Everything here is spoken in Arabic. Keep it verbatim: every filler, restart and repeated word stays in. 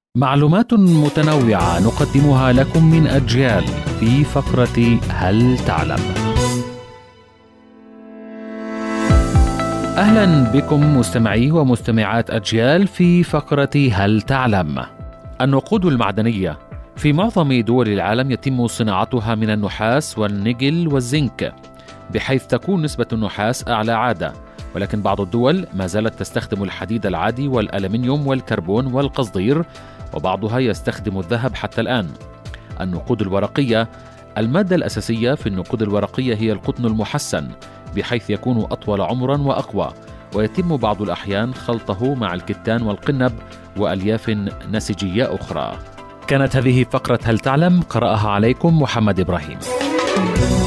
معلومات متنوعة نقدمها لكم من أجيال في فقرة هل تعلم؟ أهلا بكم مستمعي ومستمعات أجيال في فقرة هل تعلم؟ النقود المعدنية في معظم دول العالم يتم صناعتها من النحاس والنيكل والزنك، بحيث تكون نسبة النحاس أعلى عادة، ولكن بعض الدول ما زالت تستخدم الحديد العادي والألمنيوم والكربون والقصدير، وبعضها يستخدم الذهب حتى الآن. النقود الورقية، المادة الأساسية في النقود الورقية هي القطن المحسن، بحيث يكون أطول عمرا وأقوى، ويتم بعض الأحيان خلطه مع الكتان والقنب وألياف نسيجية أخرى. كانت هذه فقرة هل تعلم، قرأها عليكم محمد إبراهيم.